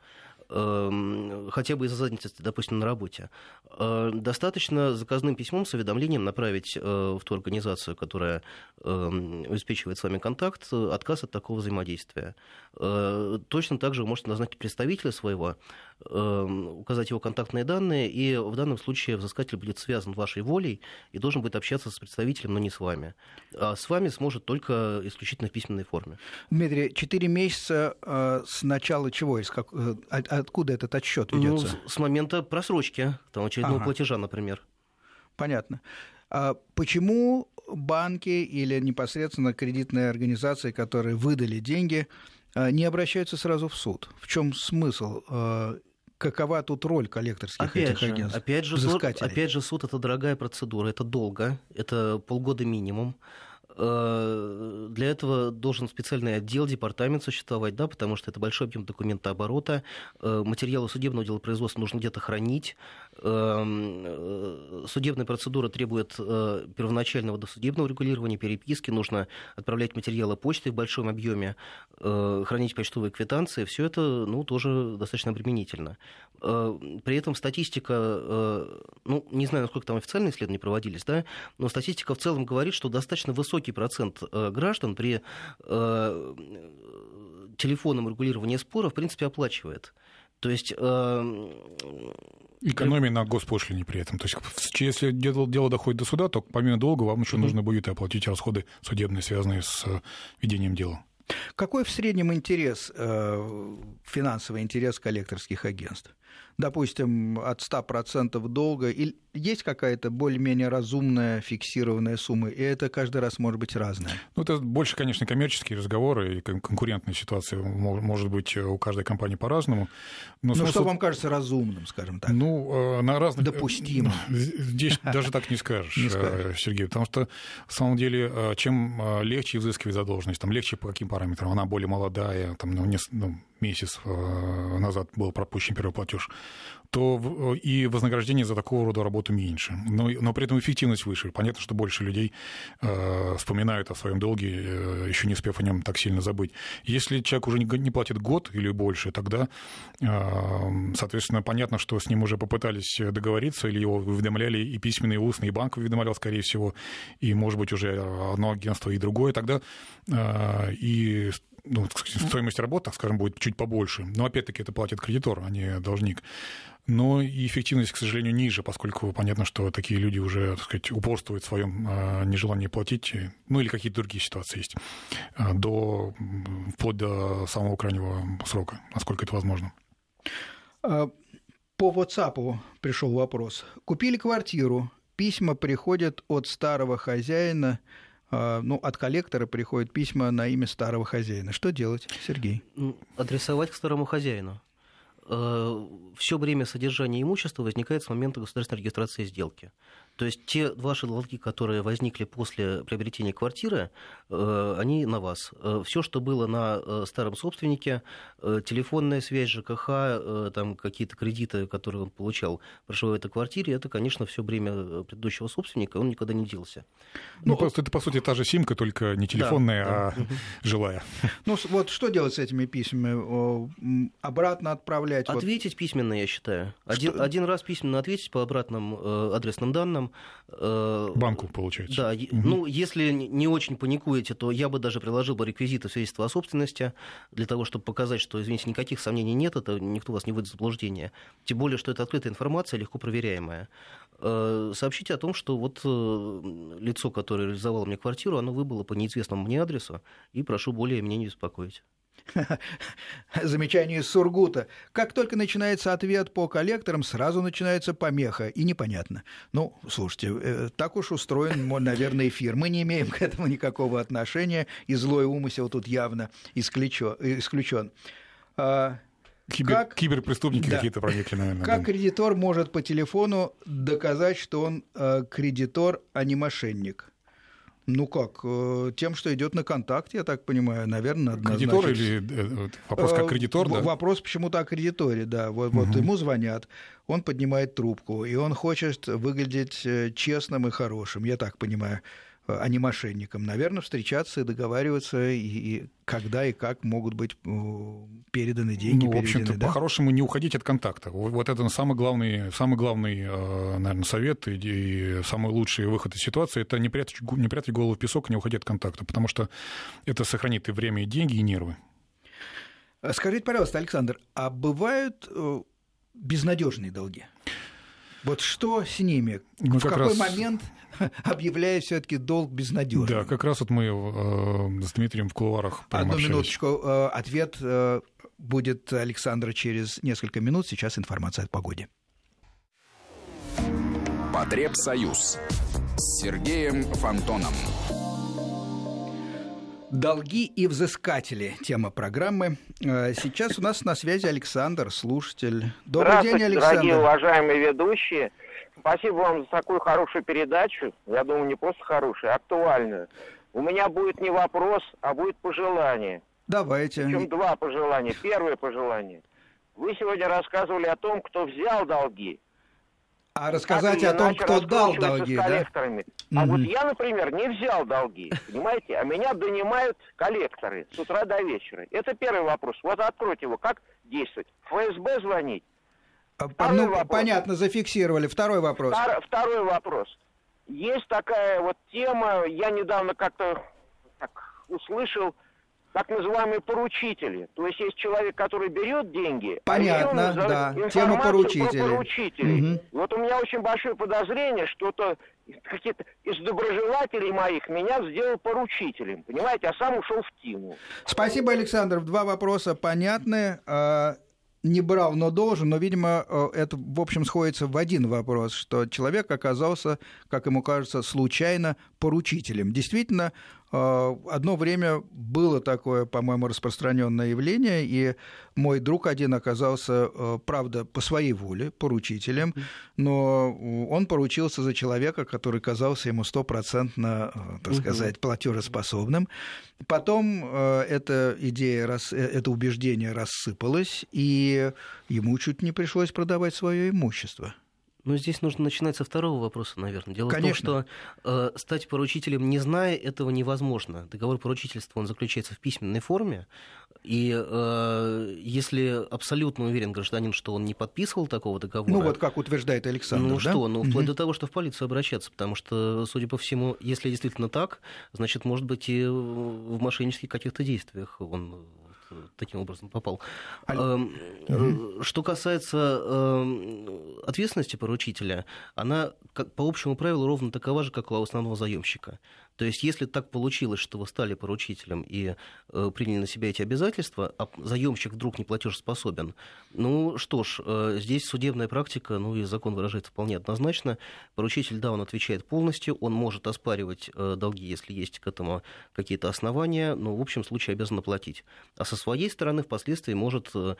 S2: хотя бы из-за занятости, допустим, на работе, достаточно заказным письмом с уведомлением направить в ту организацию, которая обеспечивает с вами контакт, отказ от такого взаимодействия. Точно так же вы можете назначить представителя своего, указать его контактные данные, и в данном случае взыскатель будет связан вашей волей и должен будет общаться с представителем, но не с вами. А с вами сможет только исключительно в письменной форме.
S1: Дмитрий, четыре месяца с начала чего? Из как... Откуда этот отсчет ведется?
S2: Ну, с момента просрочки, там, очередного ага. платежа, например.
S1: Понятно. А почему банки или непосредственно кредитные организации, которые выдали деньги, не обращаются сразу в суд? В чем смысл? Какова тут роль коллекторских
S2: опять
S1: этих
S2: же,
S1: агентств?
S2: Опять же, суд, опять же, суд – это дорогая процедура, это долго, это полгода минимум. Для этого должен специальный отдел, департамент существовать, да, потому что это большой объем документооборота, материалы судебного дела производства нужно где-то хранить, судебная процедура требует первоначального досудебного регулирования, переписки, нужно отправлять материалы почтой в большом объеме, хранить почтовые квитанции, все это ну, тоже достаточно обременительно. При этом статистика, ну, не знаю, насколько там официальные исследования проводились, да, но статистика в целом говорит, что достаточно высокий процент граждан при телефонном регулировании спора, в принципе, оплачивает. То есть...
S3: Экономия на госпошлине при этом. То есть, если дело доходит до суда, то помимо долга вам еще mm-hmm. нужно будет оплатить расходы судебные, связанные с ведением дела.
S1: Какой в среднем интерес, финансовый интерес коллекторских агентств? Допустим, от ста процентов долга, или есть какая-то более-менее разумная фиксированная сумма, и это каждый раз может быть разное?
S3: Ну, это больше, конечно, коммерческие разговоры, и конкурентная ситуация может быть у каждой компании по-разному.
S1: Но ну, смысл... что вам кажется разумным, скажем так?
S3: Ну, на разных...
S1: Допустимым.
S3: Здесь даже так не скажешь, Сергей, потому что, в самом деле, чем легче взыскивать задолженность, там легче по каким параметрам, она более молодая, там, ну, месяц назад был пропущен первый платеж, то и вознаграждение за такого рода работу меньше. Но, но при этом эффективность выше. Понятно, что больше людей э, вспоминают о своем долге, э, еще не успев о нем так сильно забыть. Если человек уже не, не платит год или больше, тогда, э, соответственно, понятно, что с ним уже попытались договориться, или его уведомляли и письменно, и устно, и банк уведомлял, скорее всего, и, может быть, уже одно агентство и другое, тогда э, и... Ну, стоимость работы, так скажем, будет чуть побольше. Но, опять-таки, это платит кредитор, а не должник. Но и эффективность, к сожалению, ниже, поскольку понятно, что такие люди уже, так сказать, упорствуют в своем нежелании платить, ну, или какие-то другие ситуации есть, до, вплоть до самого крайнего срока, насколько это возможно.
S1: По WhatsApp пришел вопрос. Купили квартиру, письма приходят от старого хозяина, ну, от коллектора приходят письма на имя старого хозяина. Что делать, Сергей?
S2: Адресовать к старому хозяину. Все время содержания имущества возникает с момента государственной регистрации сделки. То есть те ваши долги, которые возникли после приобретения квартиры, они на вас. Все, что было на старом собственнике, телефонная связь, ЖКХ, там какие-то кредиты, которые он получал, проживая в этой квартире, это, конечно, все бремя предыдущего собственника, он никогда не делся.
S3: Ну, просто это, по сути, та же симка, только не телефонная, да, а да. жилая.
S1: Ну, вот что делать с этими письмами? Обратно отправлять?
S2: Ответить вот... письменно, я считаю. Один, один раз письменно ответить по обратным э, адресным данным. Э,
S3: Банку, получается.
S2: Да. Угу. Ну, если не очень паникуете, то я бы даже приложил бы реквизиты свидетельства о собственности для того, чтобы показать, что, извините, никаких сомнений нет, это никто вас не вводит в заблуждение. Тем более, что это открытая информация, легко проверяемая. Э, сообщите о том, что вот э, лицо, которое реализовало мне квартиру, оно выбыло по неизвестному мне адресу, и прошу более меня не беспокоить.
S1: Замечание из Сургута. Как только начинается ответ по коллекторам, сразу начинается помеха, и непонятно. Ну, слушайте, так уж устроен, наверное, эфир. Мы не имеем к этому никакого отношения, и злой умысел тут явно исключен.
S3: Кибер, как, киберпреступники да, какие-то проникли, наверное.
S1: Как
S3: да.
S1: кредитор может по телефону доказать, что он э, кредитор, а не мошенник? Ну как, тем, что идет на контакт, я так понимаю, наверное, однозначно.
S3: Кредитор или вопрос как кредитор, да?
S1: Вопрос почему-то о кредиторе, да. Вот, угу. вот ему звонят, он поднимает трубку, и он хочет выглядеть честным и хорошим, я так понимаю, а не мошенником. Наверное, встречаться и договариваться, и, и когда и как могут быть переданы деньги.
S3: Ну, в общем-то, да? По-хорошему не уходить от контакта. Вот это самый главный, самый главный, наверное, совет и, и самый лучший выход из ситуации – это не прятать, не прятать голову в песок и не уходить от контакта, потому что это сохранит и время, и деньги, и нервы.
S1: Скажите, пожалуйста, Александр, а бывают безнадежные долги? Вот что с ними?
S3: Мы
S1: в какой
S3: раз...
S1: момент объявляет все-таки долг безнадежным?
S3: Да, как раз вот мы э, с Дмитрием в кулуарах
S1: Одну общались. Минуточку. Ответ э, будет Александра через несколько минут. Сейчас информация о погоде.
S4: Потребсоюз с Сергеем Фонтоном.
S1: Долги и взыскатели – тема программы. Сейчас у нас на связи Александр, слушатель. Добрый день, Александр.
S5: Дорогие уважаемые ведущие. Спасибо вам за такую хорошую передачу. Я думаю, не просто хорошую, а актуальную. У меня будет не вопрос, а будет пожелание.
S1: Давайте.
S5: Причем два пожелания. Первое пожелание. Вы сегодня рассказывали о том, кто взял долги.
S1: А рассказать о том, кто дал долги,
S5: с коллекторами.
S1: Да?
S5: А
S1: угу.
S5: вот я, например, не взял долги, понимаете? А меня донимают коллекторы с утра до вечера. Это первый вопрос. Вот откройте его. Как действовать? В ФСБ звонить?
S1: Ну, понятно, зафиксировали. Второй вопрос.
S5: Втор, второй вопрос. Есть такая вот тема, я недавно как-то так услышал, так называемые поручители. То есть есть человек, который берет деньги,
S1: понятно,
S5: а
S1: да, тема поручителей.
S5: поручителей.
S1: Угу.
S5: Вот у меня очень большое подозрение, что-то какие-то из доброжелателей моих меня сделал поручителем, понимаете, а сам ушел в тему.
S1: Спасибо, Александр. Два вопроса понятны. Не брал, но должен, но, видимо, это, в общем, сходится в один вопрос, что человек оказался, как ему кажется, случайно поручителем. Действительно, одно время было такое, по-моему, распространенное явление, и мой друг один оказался, правда, по своей воле поручителем, но он поручился за человека, который казался ему стопроцентно, так сказать, платежеспособным. Потом эта идея, это убеждение рассыпалось, и ему чуть не пришлось продавать свое имущество.
S2: Ну, здесь нужно начинать со второго вопроса, наверное. Дело
S1: Конечно.
S2: в том, что э, стать поручителем, не зная этого, невозможно. Договор поручительства, он заключается в письменной форме, и э, если абсолютно уверен гражданин, что он не подписывал такого договора...
S1: Ну, вот как утверждает Александр,
S2: Ну,
S1: да?
S2: что, ну, вплоть
S1: угу.
S2: до того, что в полицию обращаться, потому что, судя по всему, если действительно так, значит, может быть, и в мошеннических каких-то действиях он... таким образом попал. А... Что касается ответственности поручителя, она как, по общему правилу ровно такова же, как у основного заемщика. То есть, если так получилось, что вы стали поручителем и э, приняли на себя эти обязательства, а заемщик вдруг не платежеспособен, ну что ж, э, здесь судебная практика, ну и закон выражается вполне однозначно. Поручитель, да, он отвечает полностью, он может оспаривать э, долги, если есть к этому какие-то основания, но в общем случае обязан оплатить. А со своей стороны впоследствии может э,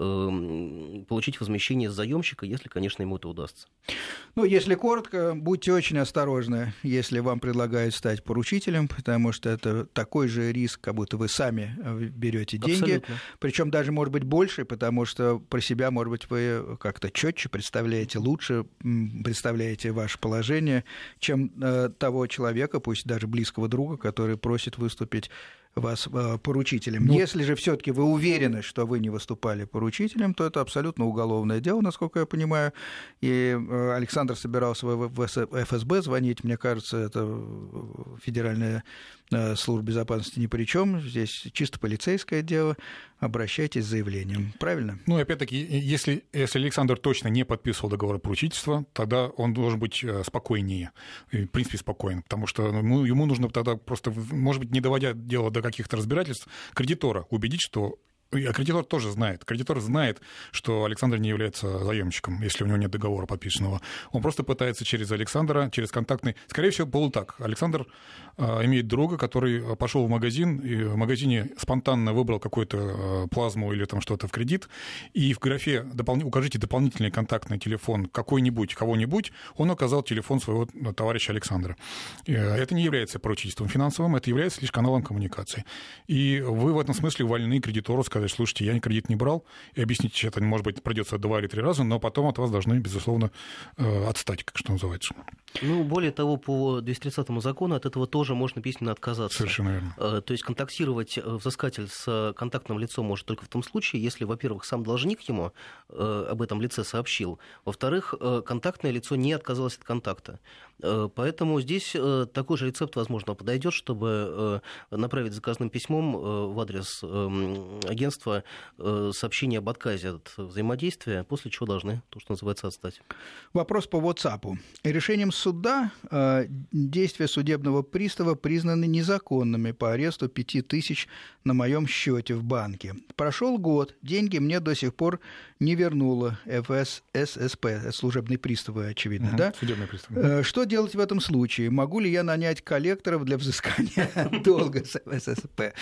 S2: э, получить возмещение с заемщика, если, конечно, ему это удастся.
S1: Ну, если коротко, будьте очень осторожны, если вам предлагают стать поручителем, потому что это такой же риск, как будто вы сами берете деньги. Причем даже, может быть, больше, потому что про себя, может быть, вы как-то четче представляете, лучше представляете ваше положение, чем э, того человека, пусть даже близкого друга, который просит выступить вас э, поручителем. Ну, если же все-таки вы уверены, что вы не выступали поручителем, то это абсолютно уголовное дело, насколько я понимаю. И э, Александр собирался в эф эс бэ звонить. Мне кажется, это Федеральная э, служба безопасности ни при чем. Здесь чисто полицейское дело. Обращайтесь с заявлением. Правильно?
S3: Ну, и опять-таки, если, если Александр точно не подписывал договор поручительства, тогда он должен быть спокойнее, в принципе, спокоен, потому что ему, ему нужно тогда просто, может быть, не доводя дело до каких-то разбирательств, кредитора убедить, что... А кредитор тоже знает. Кредитор знает, что Александр не является заемщиком, если у него нет договора подписанного. Он просто пытается через Александра, через контактный... Скорее всего, было так. Александр э, имеет друга, который пошел в магазин, и в магазине спонтанно выбрал какую-то э, плазму или там что-то в кредит, и в графе допол... «Укажите дополнительный контактный телефон какой-нибудь, кого-нибудь», он указал телефон своего товарища Александра. Это не является поручительством финансовым, это является лишь каналом коммуникации. И вы в этом смысле вольны кредитору сказать: слушайте, я кредит не брал, и объясните, это, может быть, придется два или три раза, но потом от вас должны, безусловно, отстать, как что называется.
S2: Ну, более того, по двести тридцатому закону от этого тоже можно письменно отказаться.
S3: Совершенно верно.
S2: То есть контактировать взыскатель с контактным лицом может только в том случае, если, во-первых, сам должник ему об этом лице сообщил, во-вторых, контактное лицо не отказалось от контакта. Поэтому здесь такой же рецепт, возможно, подойдет, чтобы направить заказным письмом в адрес агентства сообщение об отказе от взаимодействия, после чего должны, то, что называется, отстать.
S1: Вопрос по WhatsApp. Решением суда действия судебного пристава признаны незаконными по аресту пяти тысяч на моем счете в банке. Прошел год, деньги мне до сих пор не вернула эф эс эс эс пэ, служебные приставы, очевидно, угу, да?
S3: Судебные приставы.
S1: Что делать в этом случае? Могу ли я нанять коллекторов для взыскания долга с эф эс эс пэ?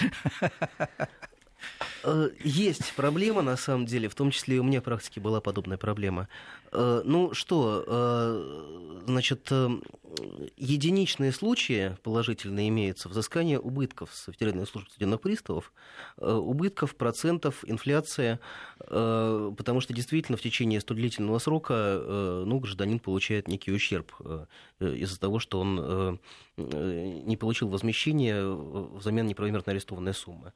S2: Есть проблема, на самом деле, в том числе и у меня в практике была подобная проблема. Ну что, значит, единичные случаи положительные имеются: взыскание убытков с Федеральной службы судебных приставов, убытков, процентов, инфляция, потому что действительно в течение столь длительного срока, ну, гражданин получает некий ущерб из-за того, что он не получил возмещения взамен неправомерно арестованной суммы.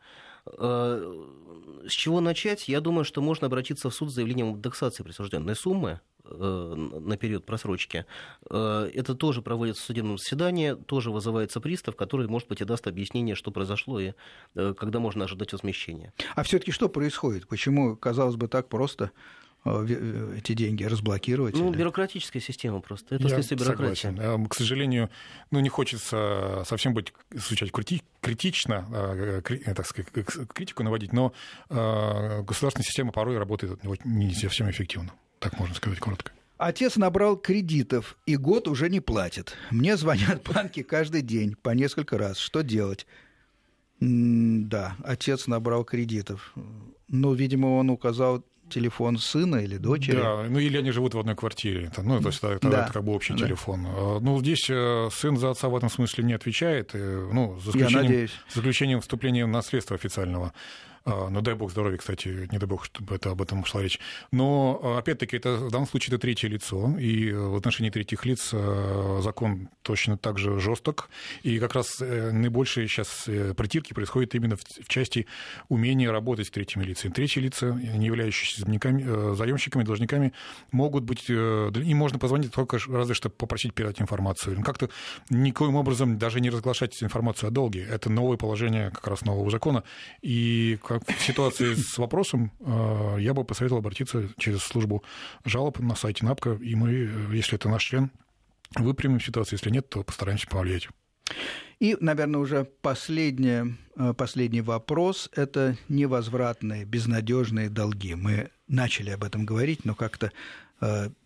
S2: С чего начать? Я думаю, что можно обратиться в суд с заявлением об индексации присужденной суммы на период просрочки. Это тоже проводится в судебном заседании, тоже вызывается пристав, который, может быть, и даст объяснение, что произошло и когда можно ожидать возмещения.
S1: А все-таки что происходит? Почему, казалось бы, так просто эти деньги разблокировать?
S2: Ну,
S1: или...
S2: бюрократическая система просто. Это следствие бюрократии.
S3: Согласен. К сожалению, ну, не хочется совсем быть, звучать критично, так сказать, критику наводить, но государственная система порой работает не совсем эффективно. Так можно сказать коротко.
S1: Отец набрал кредитов и год уже не платит. Мне звонят банки каждый день по несколько раз. Что делать? М- да, отец набрал кредитов. Ну, видимо, он указал телефон сына или дочери.
S3: Да, ну или они живут в одной квартире. Ну, то есть это, да. это как бы общий да. телефон. Ну, здесь сын за отца в этом смысле не отвечает. Ну, за исключением, за исключением вступления на средства официального. Ну, дай бог здоровья, кстати, не дай бог, чтобы это, об этом шла речь. Но, опять-таки, это, в данном случае это третье лицо, и в отношении третьих лиц закон точно так же жесток, и как раз наибольшие сейчас притирки происходят именно в, в части умения работать с третьими лицами. Третьи лица, не являющиеся заемщиками, должниками, могут быть, им можно позвонить только разве что попросить передать информацию. Как-то никоим образом даже не разглашать информацию о долге. Это новое положение как раз нового закона, и в ситуации с вопросом я бы посоветовал обратиться через службу жалоб на сайте НАПКО, и мы, если это наш член, выпрямим ситуацию, если нет, то постараемся повлиять.
S1: И, наверное, уже последний, последний вопрос – это невозвратные, безнадежные долги. Мы начали об этом говорить, но как-то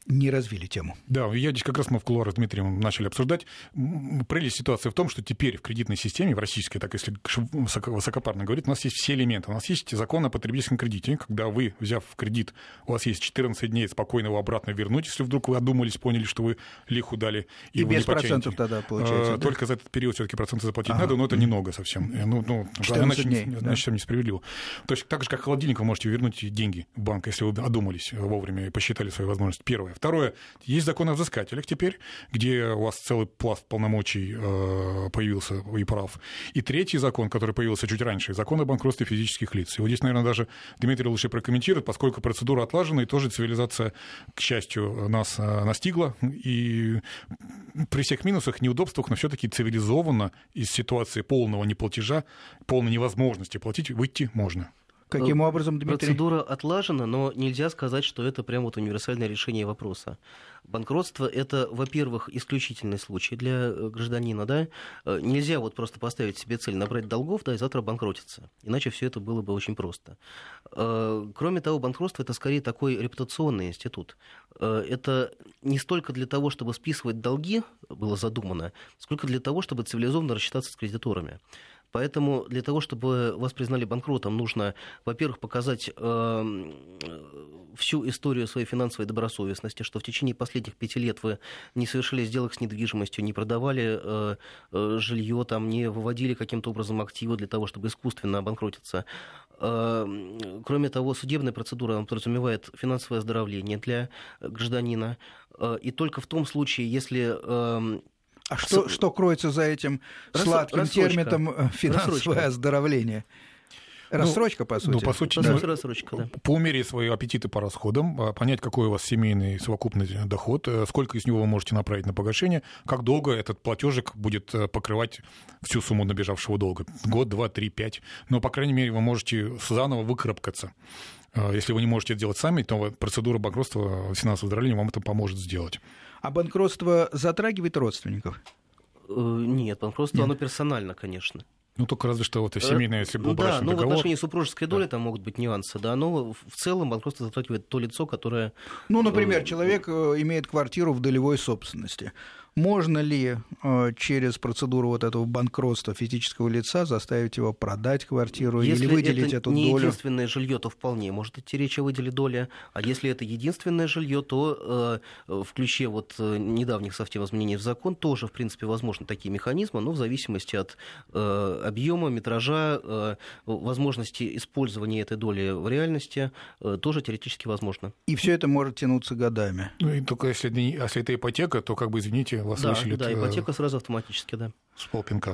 S1: не развили тему.
S3: Да, я здесь как раз мы в кулуарах с Дмитрием начали обсуждать. Прелесть ситуации в том, что теперь в кредитной системе, в российской, так если высокопарно говорить, у нас есть все элементы. У нас есть закон о потребительском кредите, когда вы, взяв кредит, у вас есть четырнадцать дней спокойно его обратно вернуть, если вдруг вы одумались, поняли, что вы лиху дали. И,
S1: и
S3: вы
S1: без
S3: не
S1: процентов тогда получается.
S3: А,
S1: да?
S3: Только за этот период все-таки проценты заплатить ага. надо, но это немного совсем. Ну, ну, иначе,
S1: дней,
S3: не,
S1: да.
S3: иначе несправедливо. То есть так же, как холодильник, вы можете вернуть деньги в банк, если вы одумались вовремя и посчитали свои возможности. Первое. Второе. Есть закон о взыскателях теперь, где у вас целый пласт полномочий э, появился и прав. И третий закон, который появился чуть раньше, закон о банкротстве физических лиц. И вот здесь, наверное, даже Дмитрий лучше прокомментирует, поскольку процедура отлажена, и тоже цивилизация, к счастью, нас э, настигла. И при всех минусах, неудобствах, но все-таки цивилизованно из ситуации полного неплатежа, полной невозможности платить, выйти можно.
S1: Каким образом, Дмитрий?
S2: Процедура отлажена, но нельзя сказать, что это прям вот универсальное решение вопроса. Банкротство – это, во-первых, исключительный случай для гражданина, да. Нельзя вот просто поставить себе цель набрать долгов, да, и завтра банкротиться. Иначе все это было бы очень просто. Кроме того, банкротство – это скорее такой репутационный институт. Это не столько для того, чтобы списывать долги, было задумано, сколько для того, чтобы цивилизованно рассчитаться с кредиторами. Поэтому для того, чтобы вас признали банкротом, нужно, во-первых, показать э, всю историю своей финансовой добросовестности, что в течение последних пяти лет вы не совершили сделок с недвижимостью, не продавали э, э, жилье, там, не выводили каким-то образом активы для того, чтобы искусственно обанкротиться. Э, кроме того, судебная процедура подразумевает финансовое оздоровление для гражданина. Э, и только в том случае, если... Э,
S1: А что, что кроется за этим сладким
S2: рассрочка.
S1: термином финансовое рассрочка. оздоровление? Рассрочка,
S3: ну,
S1: по сути.
S3: Ну, по сути,
S2: да.
S3: ну,
S2: рассрочка, да.
S3: Поумерить свои аппетиты по расходам, понять, какой у вас семейный совокупный доход, сколько из него вы можете направить на погашение, как долго этот платежик будет покрывать всю сумму набежавшего долга. Год, два, три, пять. Но, по крайней мере, вы можете заново выкарабкаться. Если вы не можете это делать сами, то процедура банкротства, финансового оздоровления вам это поможет сделать.
S1: А банкротство затрагивает родственников?
S2: Нет, банкротство,
S1: Нет.
S2: оно персонально, конечно.
S3: Ну, только разве что вот и семейное, если был брачный
S2: да, ну,
S3: договор.
S2: в отношении супружеской доли
S3: да.
S2: там могут быть нюансы, да, но в целом банкротство затрагивает то лицо, которое...
S1: Ну, например, человек имеет квартиру в долевой собственности. Можно ли э, через процедуру вот этого банкротства физического лица заставить его продать квартиру
S2: если
S1: или выделить
S2: это
S1: эту
S2: не
S1: долю?
S2: единственное жилье, то вполне может идти речь о выделе доли. А если это единственное жилье, то э, в ключе вот недавних совсем изменений в закон тоже, в принципе, возможны такие механизмы, но в зависимости от э, объема, метража, э, возможности использования этой доли в реальности, э, тоже теоретически возможно.
S1: И все это может тянуться годами.
S3: Ну, и только если, если это ипотека, то, как бы, извините, вас
S2: Да,
S3: выселят,
S2: да, ипотека сразу автоматически, да.
S3: С полпинка.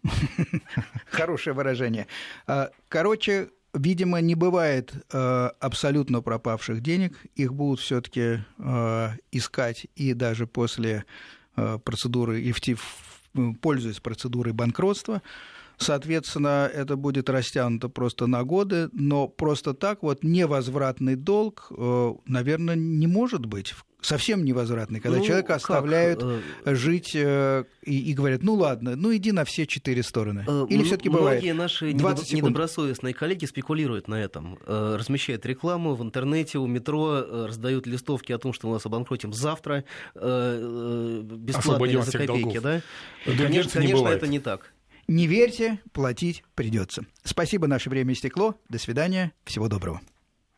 S1: Хорошее выражение. Короче, видимо, не бывает абсолютно пропавших денег. Их будут все-таки искать и даже после процедуры, и пользуясь процедурой банкротства. Соответственно, это будет растянуто просто на годы, но просто так вот невозвратный долг, наверное, не может быть. Совсем невозвратный, когда ну, человека оставляют как? жить э, и, и говорят, ну ладно, ну иди на все четыре стороны. Или все-таки бывает
S2: Многие наши недобросовестные коллеги спекулируют на этом, э, размещают рекламу в интернете, у метро, э, раздают листовки о том, что мы нас обанкротим завтра, э, бесплатно или за копейки. Да? Конечно, конечно это не так.
S1: Не верьте, платить придется. Спасибо, наше время истекло. До свидания, всего доброго.